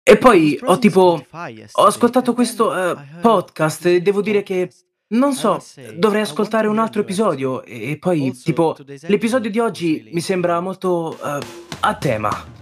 E poi ho ascoltato questo podcast e devo dire che, non so, dovrei ascoltare un altro episodio e poi, l'episodio di oggi mi sembra molto a tema.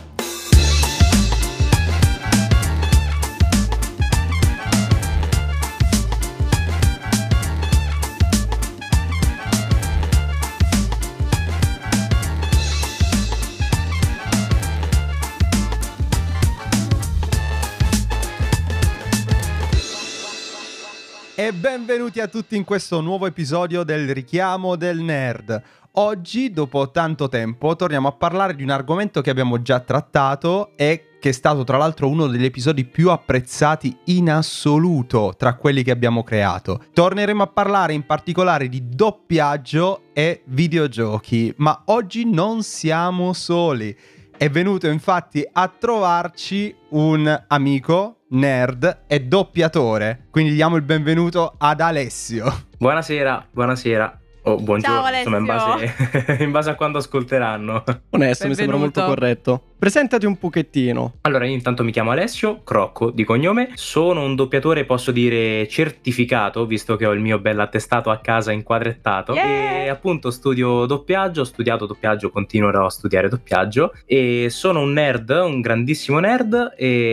E benvenuti a tutti in questo nuovo episodio del Richiamo del Nerd. Oggi, dopo tanto tempo, torniamo a parlare di un argomento che abbiamo già trattato e che è stato tra l'altro uno degli episodi più apprezzati in assoluto tra quelli che abbiamo creato. Torneremo a parlare in particolare di doppiaggio e videogiochi, ma oggi non siamo soli. È venuto infatti a trovarci un amico nerd e doppiatore, quindi diamo il benvenuto ad Alessio. Buonasera. O buongiorno, Ciao, insomma, in base a quando ascolteranno. Onesto, mi sembra molto corretto. Presentati un pochettino. Allora, io intanto mi chiamo Alessio Crocco di cognome, sono un doppiatore, posso dire certificato, visto che ho il mio bell'attestato a casa inquadrettato. E appunto studio doppiaggio, ho studiato doppiaggio, continuerò a studiare doppiaggio e sono un nerd, un grandissimo nerd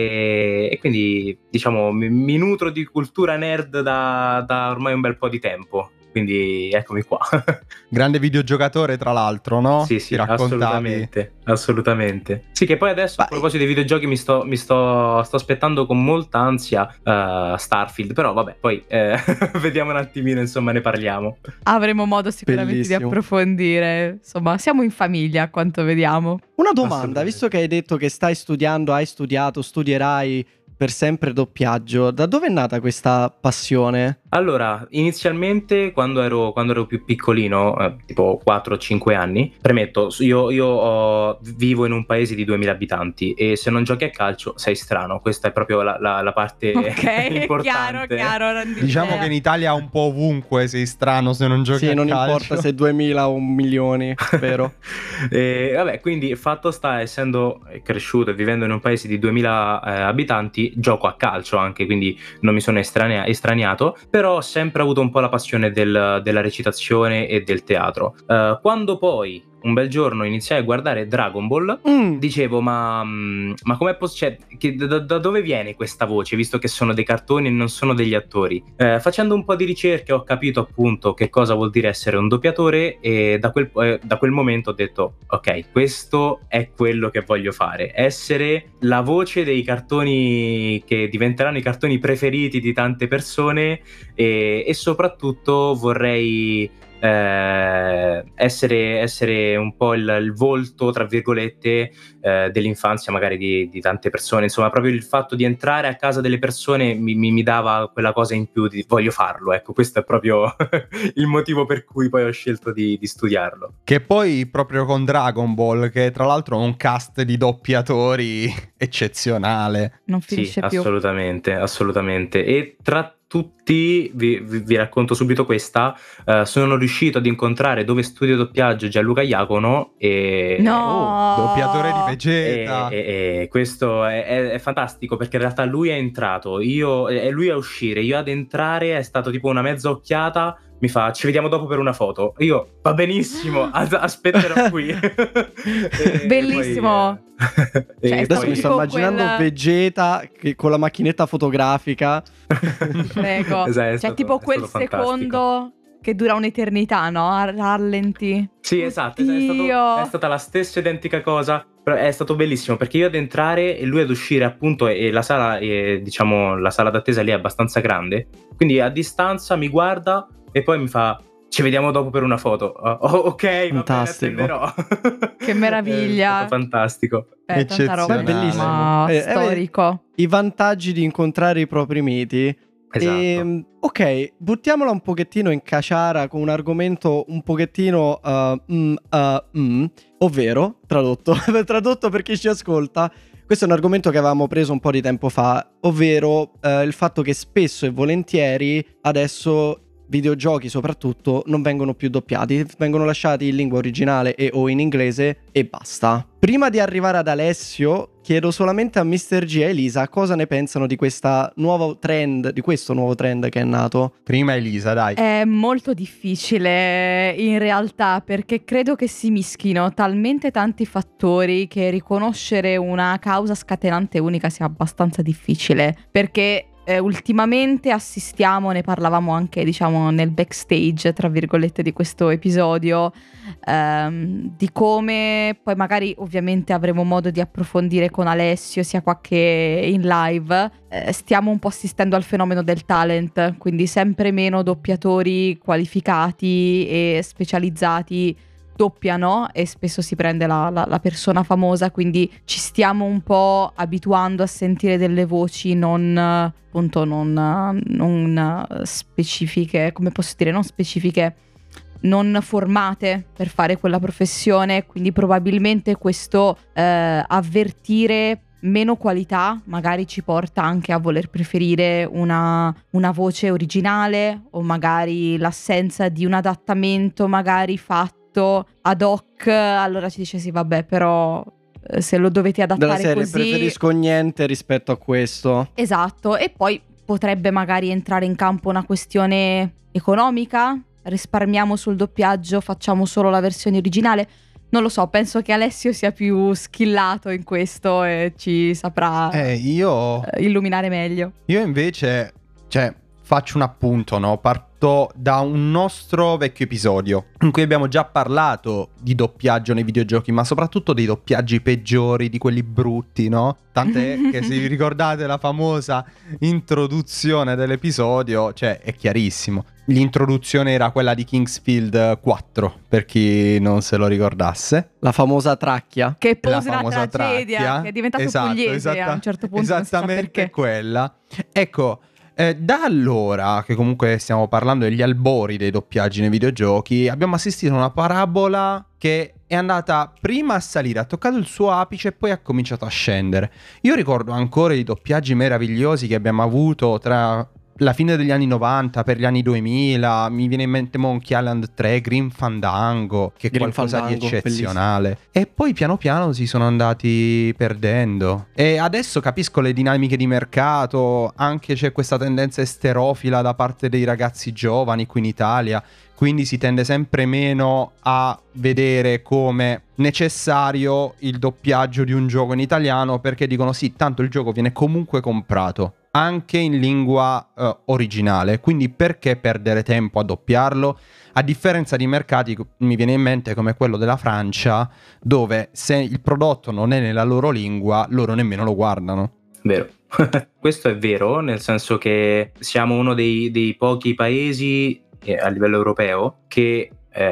e quindi diciamo mi nutro di cultura nerd da ormai un bel po' di tempo. Quindi eccomi qua. Grande videogiocatore tra l'altro, no? Sì, assolutamente. Sì, che poi adesso a proposito dei videogiochi mi sto aspettando con molta ansia Starfield, però vabbè, poi vediamo un attimino, insomma, ne parliamo. Avremo modo sicuramente Bellissimo. di approfondire, insomma, siamo in famiglia a quanto vediamo. Una domanda, visto che hai detto che stai studiando, hai studiato, studierai per sempre doppiaggio, da dove è nata questa passione? Allora, inizialmente quando ero più piccolino, tipo 4-5 anni, premetto, io vivo in un paese di 2000 abitanti e se non giochi a calcio sei strano, questa è proprio la parte importante. Chiaro. Diciamo che in Italia un po' ovunque sei strano se non giochi a Sì, non calcio. importa se 2000 o milioni, vero? Vabbè, quindi fatto sta, essendo cresciuto e vivendo in un paese di 2000 abitanti, gioco a calcio anche, quindi non mi sono estraniato, però ho sempre avuto un po' la passione della recitazione e del teatro. Quando poi un bel giorno iniziai a guardare Dragon Ball, dicevo ma com'è possibile, da dove viene questa voce, visto che sono dei cartoni e non sono degli attori? Facendo un po' di ricerche ho capito appunto che cosa vuol dire essere un doppiatore e da quel momento ho detto ok, questo è quello che voglio fare, essere la voce dei cartoni che diventeranno i cartoni preferiti di tante persone e soprattutto vorrei essere un po' il volto, tra virgolette, dell'infanzia magari di tante persone. Insomma, proprio il fatto di entrare a casa delle persone mi dava quella cosa in più di voglio farlo, ecco, questo è proprio il motivo per cui poi ho scelto di studiarlo. Che poi proprio con Dragon Ball, che tra l'altro ha un cast di doppiatori eccezionale. Non finisce più. Assolutamente. E tra tutti, vi racconto subito questa, sono riuscito ad incontrare dove studio doppiaggio Gianluca Iacono e doppiatore di Vegeta e questo è fantastico perché in realtà lui è entrato, e lui a uscire, io ad entrare è stato tipo una mezza occhiata. Mi fa, ci vediamo dopo per una foto. Io, va benissimo, aspetterò qui. Bellissimo. Adesso mi sto immaginando Vegeta con la macchinetta fotografica. Prego. C'è tipo quel secondo che dura un'eternità, no? A rallenti. Sì, esatto. È stata la stessa identica cosa. Però è stato bellissimo perché io ad entrare e lui ad uscire, appunto, e la sala, diciamo, la sala d'attesa lì è abbastanza grande. Quindi a distanza mi guarda e poi mi fa, ci vediamo dopo per una foto. Ok, fantastico. Va bene, Che meraviglia. È stato fantastico. Tanta roba, bellissimo. Storico. I vantaggi di incontrare i propri miti. Esatto. Ok, buttiamola un pochettino in caciara con un argomento un pochettino ovvero, tradotto per chi ci ascolta, questo è un argomento che avevamo preso un po' di tempo fa, ovvero il fatto che spesso e volentieri adesso videogiochi soprattutto non vengono più doppiati, vengono lasciati in lingua originale e o in inglese e basta. Prima di arrivare ad Alessio chiedo solamente a Mr. G e Elisa cosa ne pensano di questo nuovo trend che è nato. Prima Elisa, dai. È molto difficile in realtà, perché credo che si mischino talmente tanti fattori che riconoscere una causa scatenante unica sia abbastanza difficile, perché ultimamente assistiamo, ne parlavamo anche diciamo nel backstage tra virgolette di questo episodio, di come poi magari ovviamente avremo modo di approfondire con Alessio sia qua che in live, stiamo un po' assistendo al fenomeno del talent, quindi sempre meno doppiatori qualificati e specializzati doppiano e spesso si prende la persona famosa, quindi ci stiamo un po' abituando a sentire delle voci non specifiche, come posso dire, non specifiche, non formate per fare quella professione, quindi probabilmente questo avvertire meno qualità magari ci porta anche a voler preferire una voce originale, o magari l'assenza di un adattamento magari fatto ad hoc, allora ci dice sì vabbè, però se lo dovete adattare della serie, così, preferisco niente rispetto a questo. esatto. E poi potrebbe magari entrare in campo una questione economica, risparmiamo sul doppiaggio, facciamo solo la versione originale. Non lo so, penso che Alessio sia più skillato in questo e ci saprà illuminare meglio. Io invece, faccio un appunto, no? Parto da un nostro vecchio episodio in cui abbiamo già parlato di doppiaggio nei videogiochi, ma soprattutto dei doppiaggi peggiori, di quelli brutti, no? Tant'è che se vi ricordate la famosa introduzione dell'episodio, è chiarissimo. L'introduzione era quella di Kingsfield 4, per chi non se lo ricordasse. La famosa tracchia. Che pose una tragedia, che è diventato pugliese a un certo punto. Esattamente perché. Quella. Ecco, da allora, che comunque stiamo parlando degli albori dei doppiaggi nei videogiochi, abbiamo assistito a una parabola che è andata prima a salire, ha toccato il suo apice e poi ha cominciato a scendere. Io ricordo ancora i doppiaggi meravigliosi che abbiamo avuto tra la fine degli anni 90 per gli anni 2000, mi viene in mente Monkey Island 3, Grim Fandango, che è qualcosa di eccezionale. Bellissimo. E poi piano piano si sono andati perdendo. E adesso capisco le dinamiche di mercato, anche c'è questa tendenza esterofila da parte dei ragazzi giovani qui in Italia, quindi si tende sempre meno a vedere come necessario il doppiaggio di un gioco in italiano, perché dicono sì, tanto il gioco viene comunque comprato anche in lingua originale, quindi perché perdere tempo a doppiarlo? A differenza di mercati, mi viene in mente come quello della Francia, dove se il prodotto non è nella loro lingua, loro nemmeno lo guardano. Vero. Questo è vero, nel senso che siamo uno dei pochi paesi a livello europeo che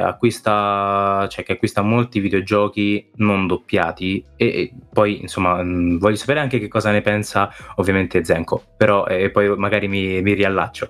acquista molti videogiochi non doppiati e poi insomma voglio sapere anche che cosa ne pensa ovviamente Zenko, però poi magari mi riallaccio,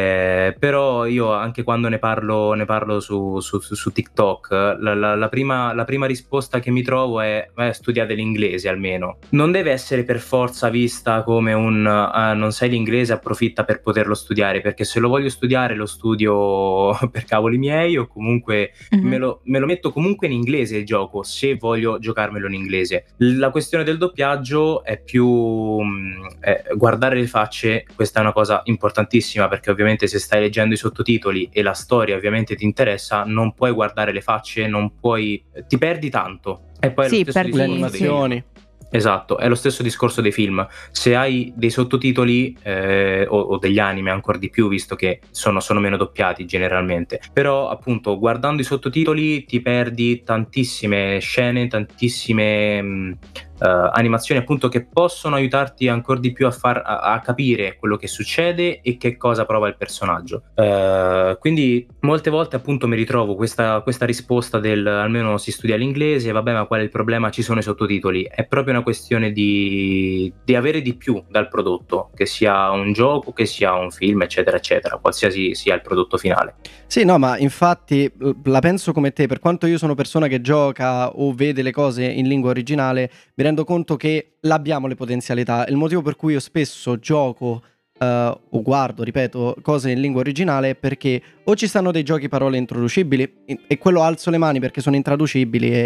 però io anche quando ne parlo su TikTok, la prima risposta che mi trovo è studiate l'inglese almeno. Non deve essere per forza vista come un non sai l'inglese, approfitta per poterlo studiare, perché se lo voglio studiare lo studio per cavoli miei, o comunque me lo metto comunque in inglese il gioco, se voglio giocarmelo in inglese. La questione del doppiaggio è più guardare le facce. Questa è una cosa importantissima, perché ovviamente se stai leggendo i sottotitoli e la storia ovviamente ti interessa, non puoi guardare le facce, ti perdi tanto. E poi sì, per le animazioni. Esatto, è lo stesso discorso dei film. Se hai dei sottotitoli o degli anime ancora di più, visto che sono meno doppiati generalmente, però appunto guardando i sottotitoli ti perdi tantissime scene, tantissime animazioni appunto che possono aiutarti ancora di più a capire quello che succede e che cosa prova il personaggio. Quindi molte volte appunto mi ritrovo questa risposta del almeno si studia l'inglese, vabbè, ma qual è il problema? Ci sono i sottotitoli. È proprio una questione di avere di più dal prodotto, che sia un gioco, che sia un film, eccetera eccetera, qualsiasi sia il prodotto finale. Sì, no, ma infatti la penso come te. Per quanto io sono persona che gioca o vede le cose in lingua originale, mi rendo conto che abbiamo le potenzialità. Il motivo per cui io spesso gioco o guardo, ripeto, cose in lingua originale è perché o ci stanno dei giochi parole intraducibili e quello alzo le mani perché sono intraducibili e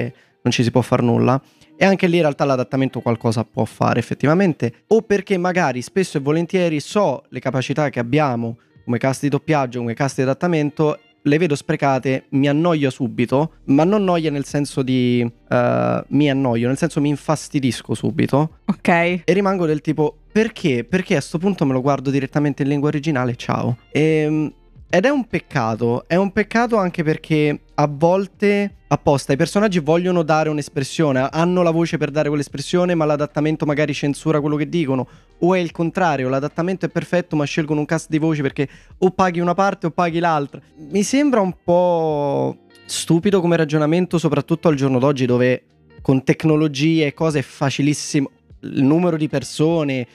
non ci si può far nulla. E anche lì in realtà l'adattamento qualcosa può fare effettivamente, o perché magari spesso e volentieri so le capacità che abbiamo come cast di doppiaggio, come cast di adattamento, le vedo sprecate, mi annoio subito, ma non noia nel senso di mi annoio, nel senso mi infastidisco subito. Ok. E rimango del tipo, perché? Perché a sto punto me lo guardo direttamente in lingua originale, ciao. Ed è un peccato anche perché a volte apposta i personaggi vogliono dare un'espressione, hanno la voce per dare quell'espressione, ma l'adattamento magari censura quello che dicono, o è il contrario, l'adattamento è perfetto ma scelgono un cast di voci perché o paghi una parte o paghi l'altra. Mi sembra un po' stupido come ragionamento, soprattutto al giorno d'oggi dove con tecnologie e cose è facilissimo, il numero di persone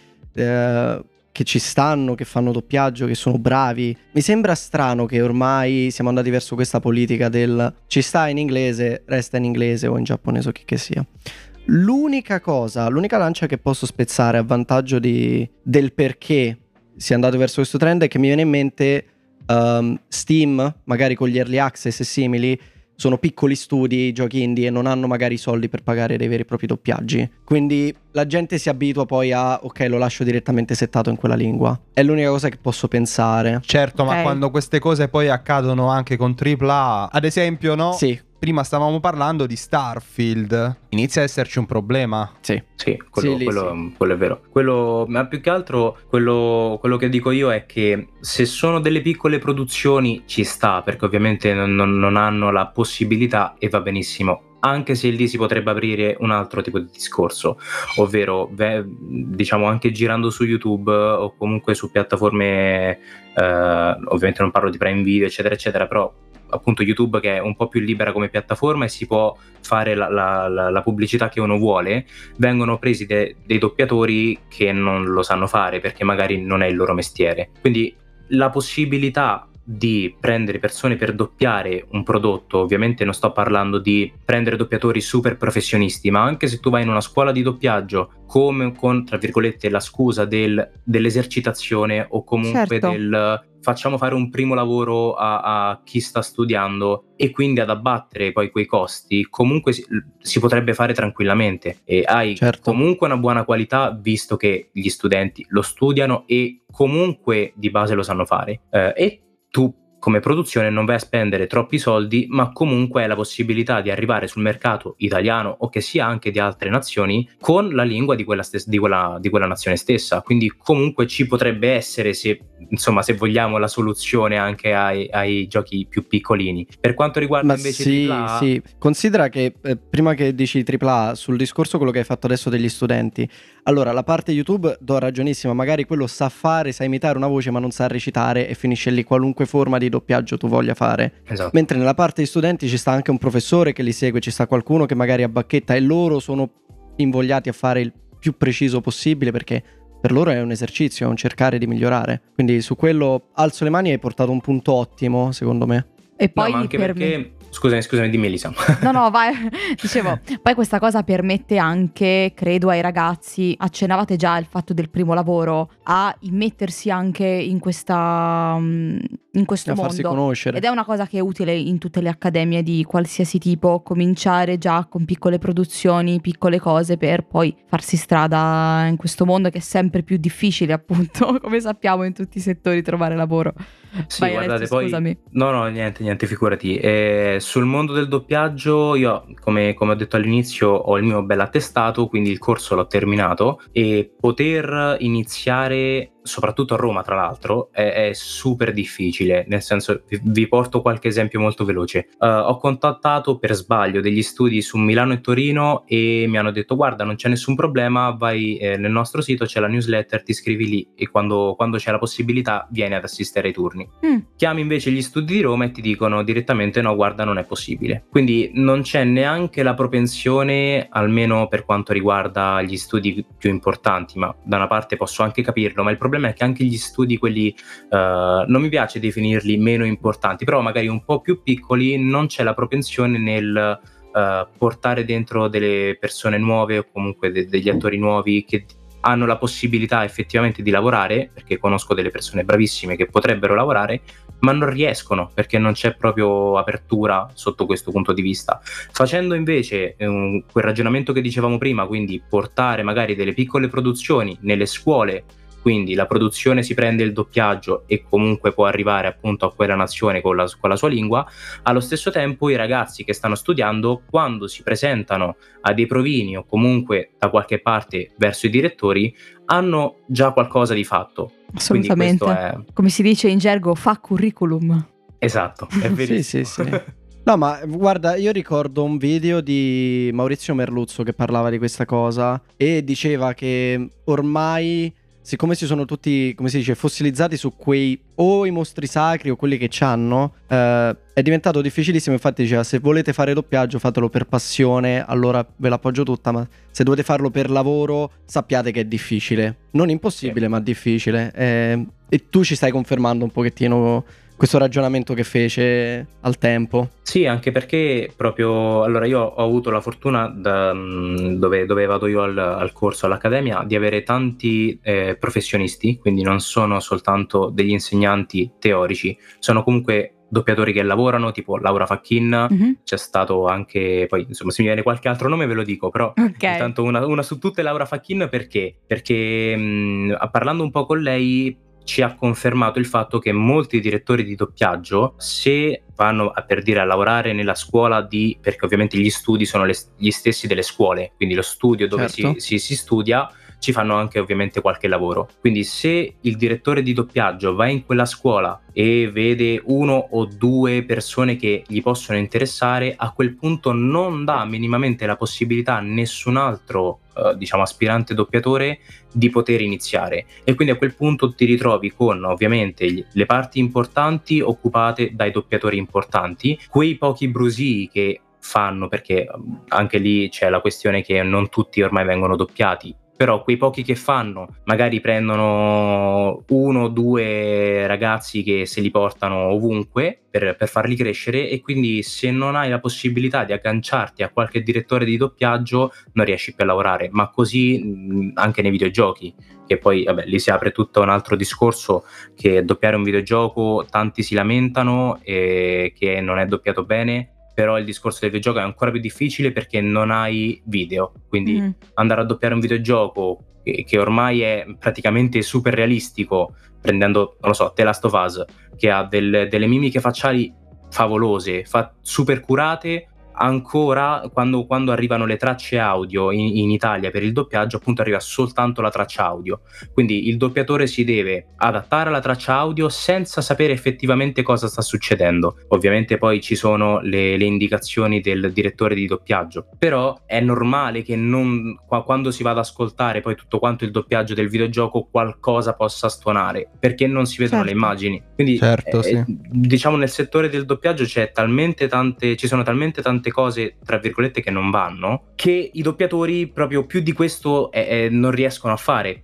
che ci stanno, che fanno doppiaggio, che sono bravi. Mi sembra strano che ormai siamo andati verso questa politica del ci sta in inglese, resta in inglese o in giapponese o chi che sia. L'unica lancia che posso spezzare a vantaggio del perché si è andato verso questo trend è che mi viene in mente Steam, magari con gli early access e simili, sono piccoli studi, giochi indie e non hanno magari i soldi per pagare dei veri e propri doppiaggi. Quindi la gente si abitua poi a ok, lo lascio direttamente settato in quella lingua. È l'unica cosa che posso pensare. Certo, Ok. ma quando queste cose poi accadono anche con AAA, ad esempio, no? Sì, Prima stavamo parlando di Starfield. Inizia ad esserci un problema. sì. Sì, quello, Sì, lì quello è vero. Ma più che altro quello che dico io è che se sono delle piccole produzioni ci sta, perché ovviamente non hanno la possibilità e va benissimo. Anche se lì si potrebbe aprire un altro tipo di discorso, ovvero diciamo anche girando su YouTube o comunque su piattaforme, ovviamente non parlo di Prime Video eccetera eccetera, però appunto YouTube che è un po' più libera come piattaforma e si può fare la pubblicità che uno vuole, vengono presi dei doppiatori che non lo sanno fare perché magari non è il loro mestiere. Quindi la possibilità di prendere persone per doppiare un prodotto, ovviamente non sto parlando di prendere doppiatori super professionisti, ma anche se tu vai in una scuola di doppiaggio come con, tra virgolette, la scusa dell'esercitazione o comunque Certo. del facciamo fare un primo lavoro a chi sta studiando e quindi ad abbattere poi quei costi, comunque si potrebbe fare tranquillamente e hai Certo. comunque una buona qualità visto che gli studenti lo studiano e comunque di base lo sanno fare, e tu come produzione non vai a spendere troppi soldi, ma comunque hai la possibilità di arrivare sul mercato italiano o che sia anche di altre nazioni con la lingua di quella nazione stessa. Quindi comunque ci potrebbe essere, se vogliamo, la soluzione anche ai giochi più piccolini. Per quanto riguarda Ma invece sì, AAA, sì, considera che prima che dici AAA, sul discorso quello che hai fatto adesso degli studenti, allora la parte YouTube do ragionissima, magari quello sa fare, sa imitare una voce ma non sa recitare e finisce lì qualunque forma di doppiaggio tu voglia fare. esatto. Mentre nella parte di studenti ci sta anche un professore che li segue, ci sta qualcuno che magari a bacchetta e loro sono invogliati a fare il più preciso possibile perché per loro è un esercizio, è un cercare di migliorare. Quindi su quello alzo le mani e hai portato un punto ottimo secondo me. E poi No, ma anche per perché scusami, dimmi Elisa. No, vai. Dicevo, poi questa cosa permette anche, credo, ai ragazzi, accennavate già al fatto del primo lavoro, a immettersi anche in questo A farsi mondo. conoscere. Ed è una cosa che è utile in tutte le accademie di qualsiasi tipo, cominciare già con piccole produzioni, piccole cose per poi farsi strada in questo mondo che è sempre più difficile, appunto, come sappiamo in tutti i settori trovare lavoro. Sì, Vai, guardate, Alessio, poi scusami. no, niente, figurati. Sul mondo del doppiaggio io, come ho detto all'inizio, ho il mio bel attestato, quindi il corso l'ho terminato e poter iniziare, soprattutto a Roma tra l'altro, è super difficile, nel senso, vi porto qualche esempio molto veloce. Ho contattato per sbaglio degli studi su Milano e Torino e mi hanno detto guarda, non c'è nessun problema, vai nel nostro sito, c'è la newsletter, ti iscrivi lì e quando c'è la possibilità vieni ad assistere ai turni. Chiami invece gli studi di Roma e ti dicono direttamente no, guarda, non è possibile. Quindi non c'è neanche la propensione, almeno per quanto riguarda gli studi più importanti, ma da una parte posso anche capirlo, ma il problema è che anche gli studi, quelli non mi piace definirli meno importanti, però magari un po' più piccoli, non c'è la propensione nel portare dentro delle persone nuove o comunque degli attori nuovi che hanno la possibilità effettivamente di lavorare, perché conosco delle persone bravissime che potrebbero lavorare, ma non riescono perché non c'è proprio apertura sotto questo punto di vista. Facendo invece quel ragionamento che dicevamo prima, quindi portare magari delle piccole produzioni nelle scuole, quindi la produzione si prende il doppiaggio e comunque può arrivare appunto a quella nazione con la sua lingua, allo stesso tempo i ragazzi che stanno studiando, quando si presentano a dei provini o comunque da qualche parte verso i direttori, hanno già qualcosa di fatto. Assolutamente. Come si dice in gergo, fa curriculum. Esatto, è verissimo. Sì. No, ma guarda, io ricordo un video di Maurizio Merluzzo che parlava di questa cosa e diceva che ormai, siccome si sono tutti, come si dice, fossilizzati su quei o i mostri sacri o quelli che c'hanno, è diventato difficilissimo. Infatti diceva, se volete fare doppiaggio fatelo per passione, allora ve l'appoggio tutta, ma se dovete farlo per lavoro sappiate che è difficile. Non impossibile, ma difficile. E tu ci stai confermando un pochettino questo ragionamento che fece al tempo. Sì, anche perché proprio, allora io ho avuto la fortuna dove vado io al corso, all'accademia, di avere tanti professionisti, quindi non sono soltanto degli insegnanti teorici, sono comunque doppiatori che lavorano, tipo Laura Facchin, c'è stato anche, poi insomma se mi viene qualche altro nome ve lo dico, però intanto una su tutte Laura Facchin. Perché parlando un po' con lei ci ha confermato il fatto che molti direttori di doppiaggio, se vanno per dire a lavorare nella scuola perché ovviamente gli studi sono gli stessi delle scuole, quindi lo studio dove si studia, ci fanno anche ovviamente qualche lavoro. Quindi se il direttore di doppiaggio va in quella scuola e vede uno o due persone che gli possono interessare, a quel punto non dà minimamente la possibilità a nessun altro diciamo aspirante doppiatore di poter iniziare, e quindi a quel punto ti ritrovi con ovviamente le parti importanti occupate dai doppiatori importanti, quei pochi brusii che fanno, perché anche lì c'è la questione che non tutti ormai vengono doppiati, però quei pochi che fanno magari prendono uno o due ragazzi che se li portano ovunque per farli crescere, e quindi se non hai la possibilità di agganciarti a qualche direttore di doppiaggio non riesci più a lavorare. Ma così anche nei videogiochi, che poi lì si apre tutto un altro discorso, che doppiare un videogioco tanti si lamentano e che non è doppiato bene, però il discorso del videogioco è ancora più difficile perché non hai video, quindi andare a doppiare un videogioco che ormai è praticamente super realistico, prendendo, non lo so, The Last of Us, che ha delle mimiche facciali favolose, super curate. Ancora quando arrivano le tracce audio in Italia per il doppiaggio, appunto arriva soltanto la traccia audio, quindi il doppiatore si deve adattare alla traccia audio senza sapere effettivamente cosa sta succedendo. Ovviamente poi ci sono le indicazioni del direttore di doppiaggio, però è normale che quando si va ad ascoltare poi tutto quanto il doppiaggio del videogioco qualcosa possa stonare, perché non si vedono le immagini. Quindi diciamo nel settore del doppiaggio ci sono talmente tante cose tra virgolette che non vanno, che i doppiatori proprio più di questo non riescono a fare,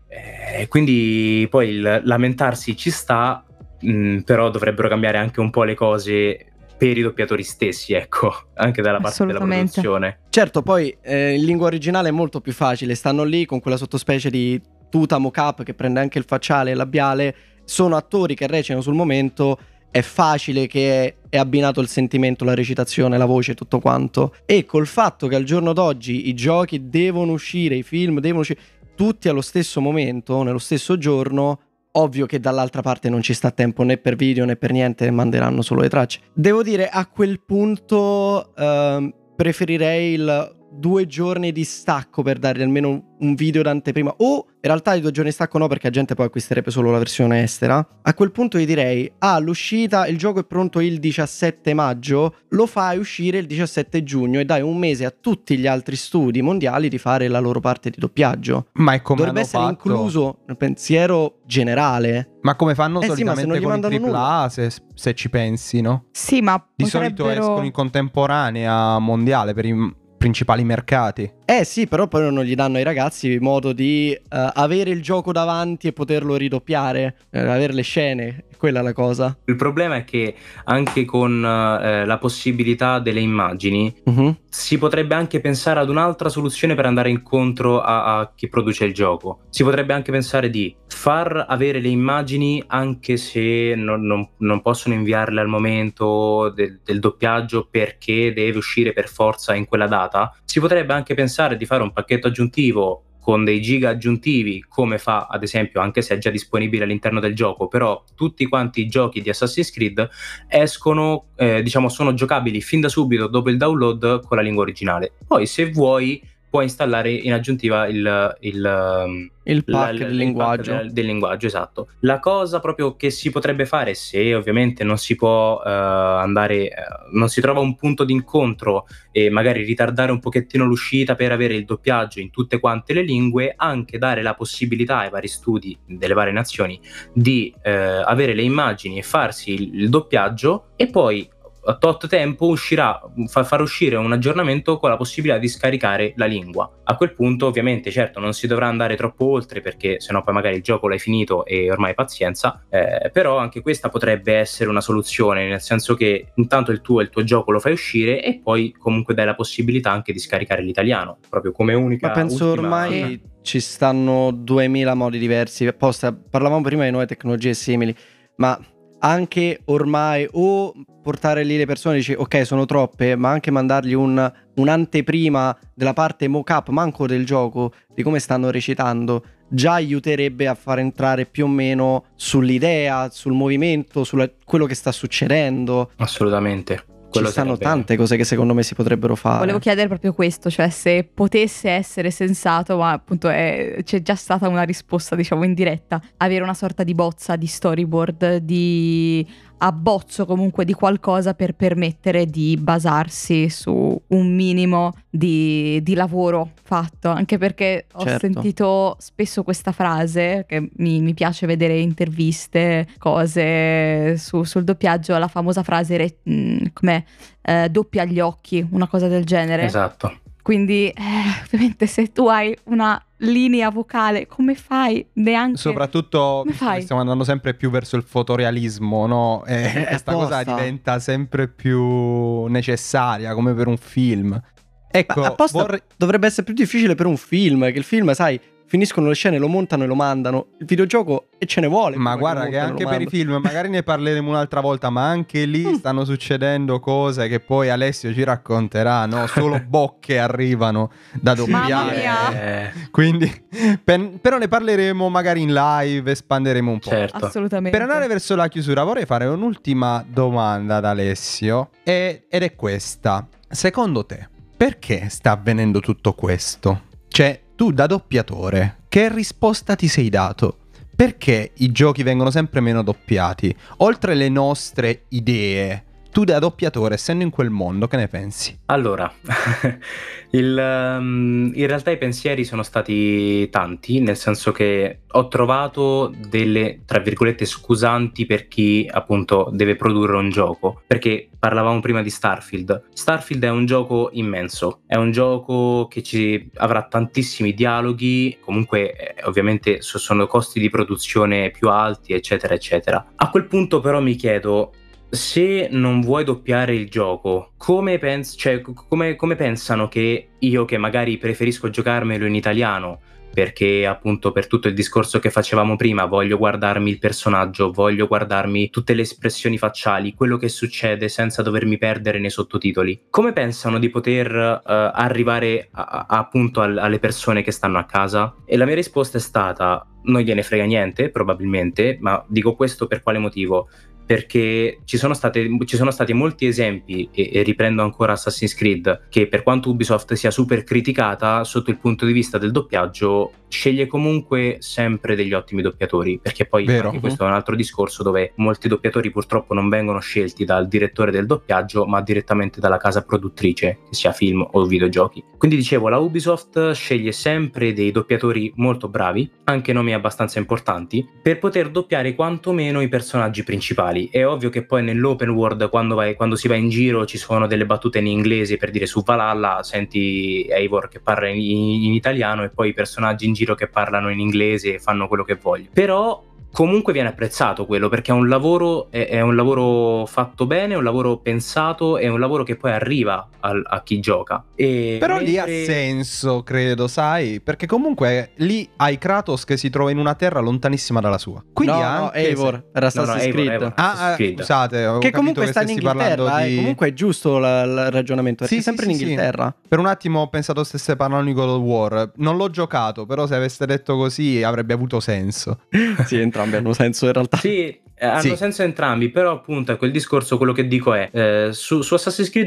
quindi poi il lamentarsi ci sta, però dovrebbero cambiare anche un po' le cose per i doppiatori stessi, ecco, anche dalla parte della produzione. Certo, poi in lingua originale è molto più facile, stanno lì con quella sottospecie di tuta mocap che prende anche il facciale e il labiale, sono attori che recitano sul momento, è facile che è abbinato il sentimento, la recitazione, la voce, tutto quanto. E col fatto che al giorno d'oggi i giochi devono uscire, i film devono uscire tutti allo stesso momento, nello stesso giorno, ovvio che dall'altra parte non ci sta tempo né per video né per niente, manderanno solo le tracce. Devo dire, a quel punto preferirei il 2 giorni di stacco per dare almeno un video d'anteprima, o in realtà i 2 giorni di stacco no, perché la gente poi acquisterebbe solo la versione estera. A quel punto io direi l'uscita, il gioco è pronto il 17 maggio, lo fai uscire il 17 giugno e dai un mese a tutti gli altri studi mondiali di fare la loro parte di doppiaggio. Ma è come dovrebbe essere incluso nel pensiero generale. Ma come fanno solitamente sì, con i AAA, se ci pensi, no? Sì, ma di solito escono in contemporanea mondiale per i principali mercati. Sì, però poi non gli danno ai ragazzi modo di avere il gioco davanti e poterlo ridoppiare, avere le scene, quella è la cosa. Il problema è che anche con la possibilità delle immagini si potrebbe anche pensare ad un'altra soluzione per andare incontro a chi produce il gioco. Si potrebbe anche pensare di far avere le immagini anche se non possono inviarle al momento del doppiaggio perché deve uscire per forza in quella data. Si potrebbe anche pensare di fare un pacchetto aggiuntivo con dei giga aggiuntivi, come fa ad esempio, anche se è già disponibile all'interno del gioco, però tutti quanti i giochi di Assassin's Creed escono, sono giocabili fin da subito dopo il download con la lingua originale. Poi se vuoi puoi installare in aggiuntiva il pack del linguaggio. Del linguaggio, esatto. La cosa proprio che si potrebbe fare, se ovviamente non si può non si trova un punto d'incontro e magari ritardare un pochettino l'uscita per avere il doppiaggio in tutte quante le lingue, anche dare la possibilità ai vari studi delle varie nazioni di avere le immagini e farsi il doppiaggio, e poi a tot tempo far uscire un aggiornamento con la possibilità di scaricare la lingua. A quel punto ovviamente certo non si dovrà andare troppo oltre, perché sennò poi magari il gioco l'hai finito e ormai pazienza, però anche questa potrebbe essere una soluzione, nel senso che intanto il tuo gioco lo fai uscire e poi comunque dai la possibilità anche di scaricare l'italiano proprio come unica. Ma penso ormai ci stanno 2000 modi diversi. Parlavamo prima di nuove tecnologie simili, ma anche ormai o portare lì le persone, dici ok sono troppe, ma anche mandargli un'anteprima della parte mock-up, manco del gioco, di come stanno recitando, già aiuterebbe a far entrare più o meno sull'idea, sul movimento, su quello che sta succedendo. Assolutamente. Ci stanno tante cose che secondo me si potrebbero fare. Volevo chiedere proprio questo, cioè se potesse essere sensato, ma appunto c'è già stata una risposta diciamo in diretta, avere una sorta di bozza, di storyboard, di abbozzo comunque di qualcosa per permettere di basarsi su un minimo di lavoro fatto, anche perché ho sentito spesso questa frase, che mi piace vedere interviste, cose sul doppiaggio, la famosa frase com'è? Doppia gli occhi, una cosa del genere. Esatto. Quindi ovviamente se tu hai una linea vocale, come fai? Neanche soprattutto stiamo andando sempre più verso il fotorealismo, no? E questa cosa diventa sempre più necessaria, come per un film. Ecco, dovrebbe essere più difficile per un film, che il film, sai, finiscono le scene, lo montano e lo mandano. Il videogioco e ce ne vuole. Ma guarda che anche per i film, magari ne parleremo un'altra volta, ma anche lì stanno succedendo cose che poi Alessio ci racconterà, no? Solo bocche arrivano da doppiare. Quindi però ne parleremo magari in live, espanderemo un po'. Certo. Assolutamente. Per andare verso la chiusura vorrei fare un'ultima domanda ad Alessio ed è questa. Secondo te perché sta avvenendo tutto questo? Cioè, tu da doppiatore, che risposta ti sei dato? Perché i giochi vengono sempre meno doppiati? Oltre le nostre idee, tu da doppiatore, essendo in quel mondo, che ne pensi? Allora, in realtà i pensieri sono stati tanti, nel senso che ho trovato delle, tra virgolette, scusanti per chi appunto deve produrre un gioco, perché parlavamo prima di Starfield. Starfield è un gioco immenso, è un gioco che avrà tantissimi dialoghi, comunque ovviamente sono costi di produzione più alti, eccetera, eccetera. A quel punto però mi chiedo, se non vuoi doppiare il gioco, come pensano che io, che magari preferisco giocarmelo in italiano, perché appunto per tutto il discorso che facevamo prima, voglio guardarmi il personaggio, voglio guardarmi tutte le espressioni facciali, quello che succede senza dovermi perdere nei sottotitoli, come pensano di poter arrivare appunto alle persone che stanno a casa? E la mia risposta è stata: non gliene frega niente probabilmente, ma dico questo per quale motivo? Perché ci sono stati molti esempi, e riprendo ancora Assassin's Creed, che per quanto Ubisoft sia super criticata sotto il punto di vista del doppiaggio, sceglie comunque sempre degli ottimi doppiatori, perché poi anche questo è un altro discorso, dove molti doppiatori purtroppo non vengono scelti dal direttore del doppiaggio, ma direttamente dalla casa produttrice, che sia film o videogiochi. Quindi dicevo, la Ubisoft sceglie sempre dei doppiatori molto bravi, anche nomi abbastanza importanti, per poter doppiare quantomeno i personaggi principali. È ovvio che poi nell'open world, quando si va in giro, ci sono delle battute in inglese, per dire su Valhalla senti Eivor che parla in italiano e poi i personaggi in giro che parlano in inglese e fanno quello che vogliono. Però comunque viene apprezzato quello, perché è un lavoro fatto bene, è un lavoro pensato, è un lavoro che poi arriva a chi gioca. Però lì ha senso, credo, sai? Perché comunque lì hai Kratos che si trova in una terra lontanissima dalla sua. Quindi Eivor, era Assassin's Creed. Scusate, che comunque sta in Inghilterra, comunque è giusto il ragionamento, perché è sempre in Inghilterra. Per un attimo ho pensato stesse parlando di God of War. Non l'ho giocato, però se aveste detto così avrebbe avuto senso. Sì, entrambi hanno senso in realtà. Sì, hanno senso entrambi, però appunto ecco, il discorso, quello che dico è su Assassin's Creed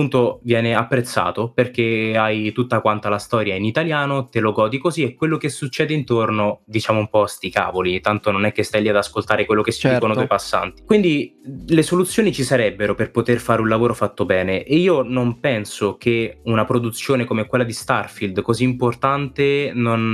viene apprezzato perché hai tutta quanta la storia in italiano, te lo godi così, e quello che succede intorno, diciamo un po' sti cavoli, tanto non è che stai lì ad ascoltare quello che si dicono due passanti. Quindi le soluzioni ci sarebbero per poter fare un lavoro fatto bene, e io non penso che una produzione come quella di Starfield, così importante,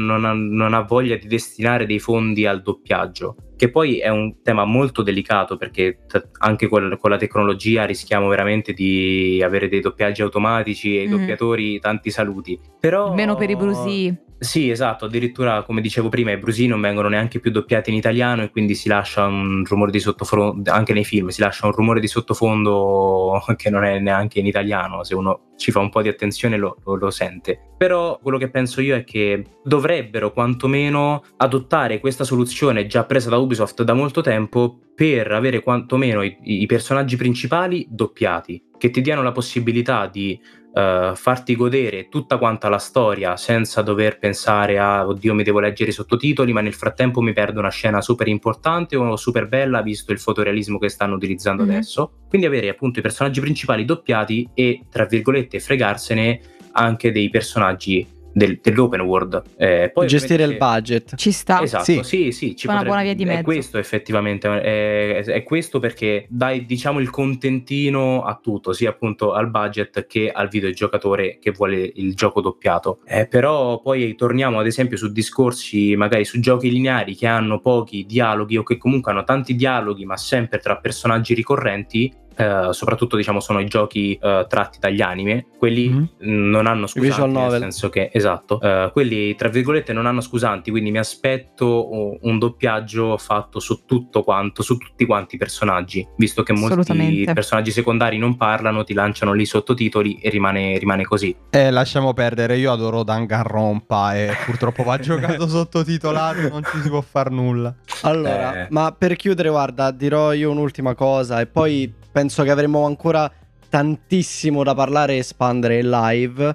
non ha voglia di destinare dei fondi al doppiaggio, che poi è un tema molto delicato, perché anche con la tecnologia rischiamo veramente di avere dei doppiaggi automatici e i doppiatori tanti saluti. Però meno per i brusì. Sì, esatto, addirittura come dicevo prima i brusì non vengono neanche più doppiati in italiano, e quindi si lascia un rumore di sottofondo, anche nei film si lascia un rumore di sottofondo che non è neanche in italiano, se uno ci fa un po' di attenzione lo sente. Però quello che penso io è che dovrebbero quantomeno adottare questa soluzione già presa da Ubisoft da molto tempo, per avere quantomeno i personaggi principali doppiati, che ti diano la possibilità di farti godere tutta quanta la storia senza dover pensare a oddio mi devo leggere i sottotitoli, ma nel frattempo mi perdo una scena super importante o super bella visto il fotorealismo che stanno utilizzando adesso. Quindi avere appunto i personaggi principali doppiati e tra virgolette fregarsene anche dei personaggi dell'open world. Poi gestire il budget ci sta. Esatto, sì, ci una buona via di mezzo. È questo effettivamente, è questo, perché dai diciamo il contentino a tutto, sia appunto al budget che al videogiocatore che vuole il gioco doppiato. Però poi torniamo ad esempio su discorsi magari su giochi lineari che hanno pochi dialoghi o che comunque hanno tanti dialoghi ma sempre tra personaggi ricorrenti. Soprattutto diciamo sono i giochi tratti dagli anime, quelli non hanno scusanti, nel senso che quelli tra virgolette non hanno scusanti, quindi mi aspetto un doppiaggio fatto su tutto quanto, su tutti quanti i personaggi, visto che molti personaggi secondari non parlano, ti lanciano lì sottotitoli e rimane così. Lasciamo perdere, io adoro Danganronpa e purtroppo va giocato sottotitolato, non ci si può far nulla. Allora, ma per chiudere, guarda, dirò io un'ultima cosa e poi penso che avremo ancora tantissimo da parlare e espandere in live.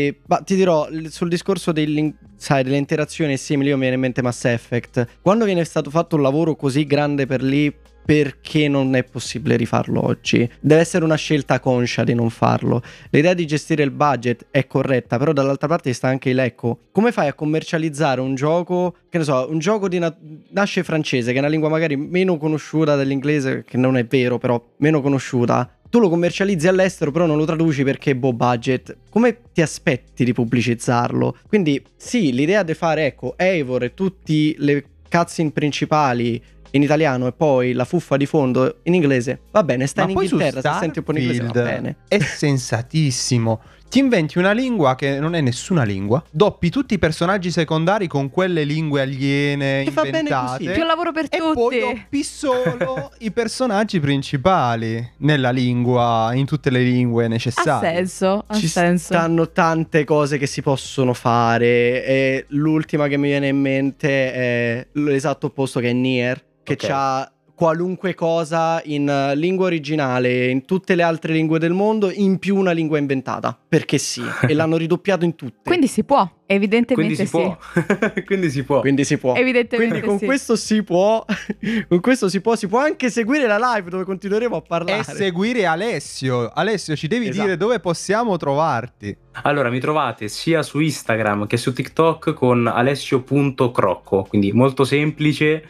Ti dirò, sul discorso delle interazioni simili, io mi viene in mente Mass Effect. Quando viene stato fatto un lavoro così grande per lì, perché non è possibile rifarlo oggi? Deve essere una scelta conscia di non farlo. L'idea di gestire il budget è corretta, però dall'altra parte sta anche il ecco. Come fai a commercializzare un gioco, che ne so, un gioco nasce francese, che è una lingua magari meno conosciuta dell'inglese, che non è vero, però meno conosciuta. Tu lo commercializzi all'estero, però non lo traduci perché budget. Come ti aspetti di pubblicizzarlo? Quindi sì, l'idea di fare, ecco, Eivor e tutte le cutscene principali in italiano e poi la fuffa di fondo in inglese, va bene, sta in Inghilterra, se senti un po' in inglese va bene. È sensatissimo. Ti inventi una lingua che non è nessuna lingua, doppi tutti i personaggi secondari con quelle lingue aliene inventate, più lavoro per e tutti, poi doppi solo i personaggi principali nella lingua, in tutte le lingue necessarie. Ha senso. Stanno tante cose che si possono fare, e l'ultima che mi viene in mente è l'esatto opposto, che è Nier, che c'ha qualunque cosa in lingua originale, in tutte le altre lingue del mondo, in più una lingua inventata, perché sì, e l'hanno ridoppiato in tutte. Quindi si può, evidentemente Quindi si può. Evidentemente quindi con questo si può. Con questo si può anche seguire la live dove continueremo a parlare. E seguire Alessio. Alessio, ci devi dire dove possiamo trovarti. Allora, mi trovate sia su Instagram che su TikTok con alessio.crocco, quindi molto semplice,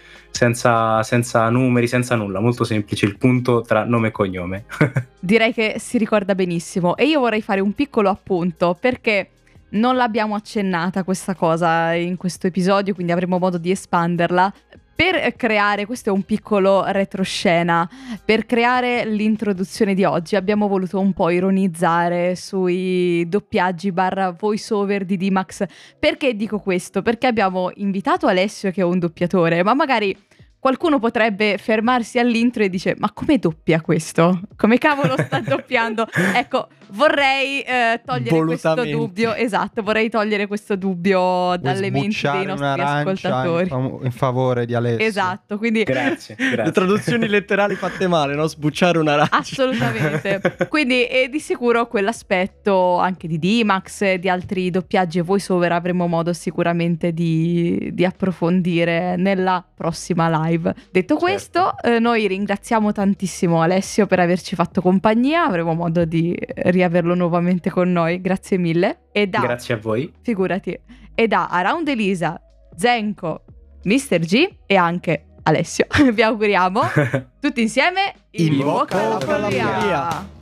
senza numeri, senza nulla, molto semplice il punto tra nome e cognome. Direi che si ricorda benissimo, e io vorrei fare un piccolo appunto, perché non l'abbiamo accennata questa cosa in questo episodio, quindi avremo modo di espanderla. Per creare, questo è un piccolo retroscena, per creare l'introduzione di oggi abbiamo voluto un po' ironizzare sui doppiaggi / voice over di D-Max. Perché dico questo? Perché abbiamo invitato Alessio, che è un doppiatore, ma magari qualcuno potrebbe fermarsi all'intro e dice: ma come doppia questo? Come cavolo sta doppiando? Ecco, vorrei togliere questo dubbio. Esatto, vorrei togliere questo dubbio dalle menti dei nostri ascoltatori. In favore di Alessio. Esatto, quindi Grazie. Le traduzioni letterali fatte male, no? Sbucciare un'arancia. assolutamente. Quindi di sicuro quell'aspetto anche di D-Max, di altri doppiaggi e voice over avremo modo sicuramente di approfondire nella prossima live. Detto questo, noi ringraziamo tantissimo Alessio per averci fatto compagnia, avremo modo di riaverlo nuovamente con noi, grazie mille. Grazie a voi. Figurati. E da Around Elisa, Zenko, Mr. G e anche Alessio vi auguriamo tutti insieme In bocca alla follia. follia.